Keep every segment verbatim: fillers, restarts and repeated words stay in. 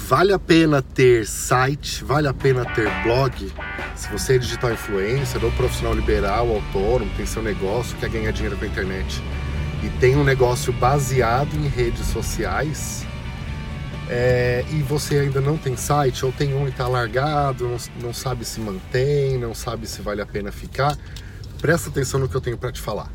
Vale a pena ter site, vale a pena ter blog? Se você é digital influencer ou profissional liberal, autônomo, tem seu negócio, quer ganhar dinheiro com a internet e tem um negócio baseado em redes sociais, é, e você ainda não tem site, ou tem um e está largado, não, não sabe se mantém, não sabe se vale a pena ficar, presta atenção no que eu tenho para te falar.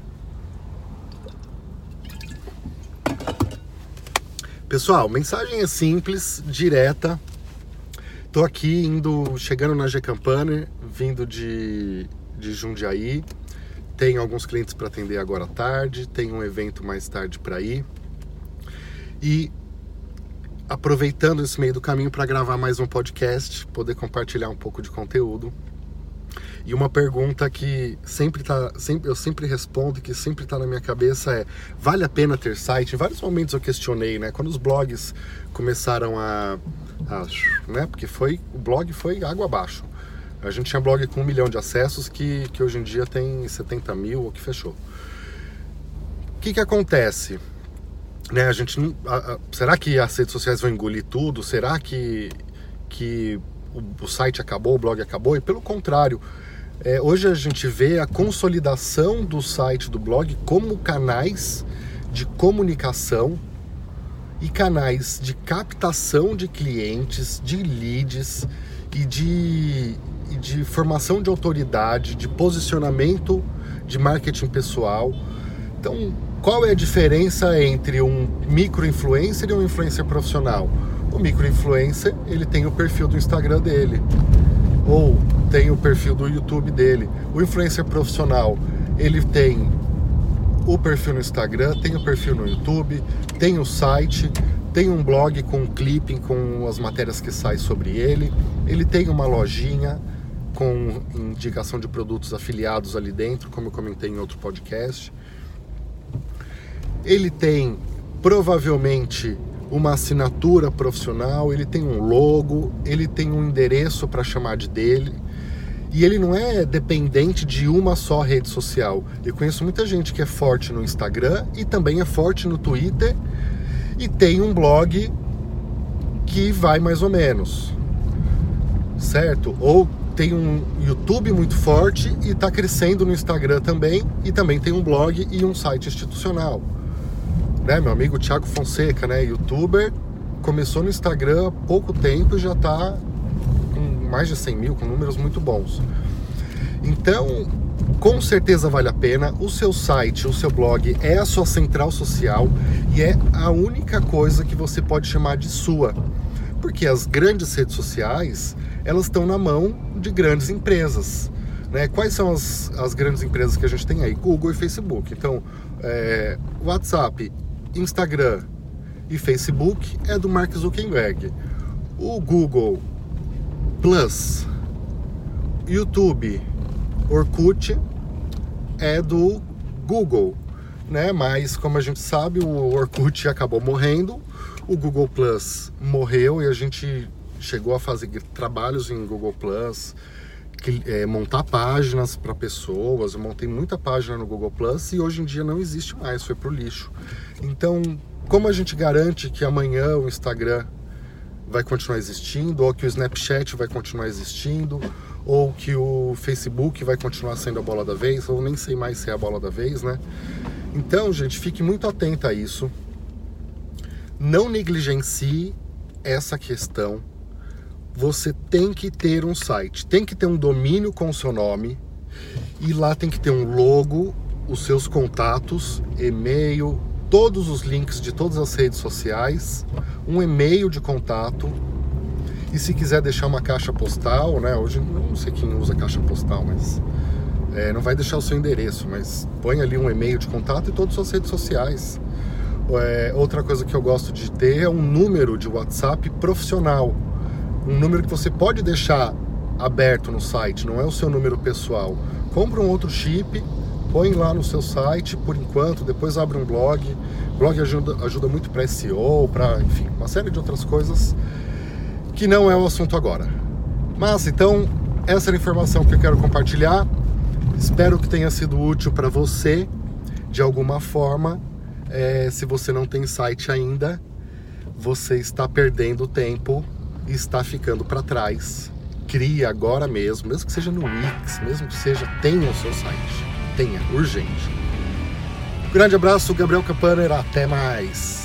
Pessoal, mensagem é simples, direta. Tô aqui indo, chegando na G-Campana, vindo de, de Jundiaí. Tenho alguns clientes para atender agora à tarde, tenho um evento mais tarde para ir. E aproveitando esse meio do caminho para gravar mais um podcast, poder compartilhar um pouco de conteúdo. E uma pergunta que sempre tá, sempre, eu sempre respondo e que sempre está na minha cabeça é: vale a pena ter site? Em vários momentos eu questionei, né? Quando os blogs começaram a... a né? Porque foi, o blog foi água abaixo. A gente tinha blog com um milhão de acessos que, que hoje em dia tem setenta mil ou que fechou. O que que acontece? Né? A gente não, a, a, será que as redes sociais vão engolir tudo? Será que, que o, o site acabou, o blog acabou? E pelo contrário, É, hoje a gente vê a consolidação do site, do blog, como canais de comunicação e canais de captação de clientes, de leads e de, e de formação de autoridade, de posicionamento de marketing pessoal. Então, qual é a diferença entre um micro-influencer e um influencer profissional? O micro-influencer, ele tem o perfil do Instagram dele, ou tem o perfil do YouTube dele. O influencer profissional, ele tem o perfil no Instagram, tem o perfil no YouTube, tem o site, tem um blog com clipping, com as matérias que saem sobre ele, ele tem uma lojinha com indicação de produtos afiliados ali dentro, como eu comentei em outro podcast. Ele tem provavelmente uma assinatura profissional, ele tem um logo, ele tem um endereço para chamar de dele, e ele não é dependente de uma só rede social. Eu conheço muita gente que é forte no Instagram e também é forte no Twitter e tem um blog que vai mais ou menos, certo? Ou tem um YouTube muito forte e está crescendo no Instagram também, e também tem um blog e um site institucional. Né, meu amigo Thiago Fonseca, né, youtuber, começou no Instagram há pouco tempo e já está com mais de cem mil, com números muito bons. Então, com certeza vale a pena. O seu site, o seu blog é a sua central social e é a única coisa que você pode chamar de sua, porque as grandes redes sociais, elas estão na mão de grandes empresas. Né? Quais são as, as grandes empresas que a gente tem aí? Google e Facebook. Então, é, WhatsApp, Instagram e Facebook é do Mark Zuckerberg. O Google Plus, YouTube, Orkut é do Google, né? Mas como a gente sabe, o Orkut acabou morrendo, o Google Plus morreu e a gente chegou a fazer trabalhos em Google Plus, que, é, montar páginas para pessoas. Eu montei muita página no Google Plus e hoje em dia não existe mais, foi pro lixo. Então, como a gente garante que amanhã o Instagram vai continuar existindo, ou que o Snapchat vai continuar existindo, ou que o Facebook vai continuar sendo a bola da vez, ou nem sei mais se é a bola da vez, né? Então, gente, fique muito atento a isso. Não negligencie essa questão. Você tem que ter um site, tem que ter um domínio com o seu nome, e lá tem que ter um logo, os seus contatos, e-mail, todos os links de todas as redes sociais, um e-mail de contato, e se quiser deixar uma caixa postal, né? Hoje não sei quem usa caixa postal, mas é, não vai deixar o seu endereço, mas põe ali um e-mail de contato e todas as suas redes sociais. É, outra coisa que eu gosto de ter é um número de WhatsApp profissional. Um número que você pode deixar aberto no site, não é o seu número pessoal. Compra um outro chip, põe lá no seu site por enquanto, depois abre um blog. Blog ajuda, ajuda muito para S E O, para, enfim, uma série de outras coisas que não é o assunto agora. Mas então, essa era a informação que eu quero compartilhar. Espero que tenha sido útil para você de alguma forma. É, se você não tem site ainda, você está perdendo tempo está ficando para trás. Crie agora mesmo, mesmo que seja no Wix, mesmo que seja, tenha o seu site. Tenha, urgente. Grande abraço, Gabriel Campaner, até mais.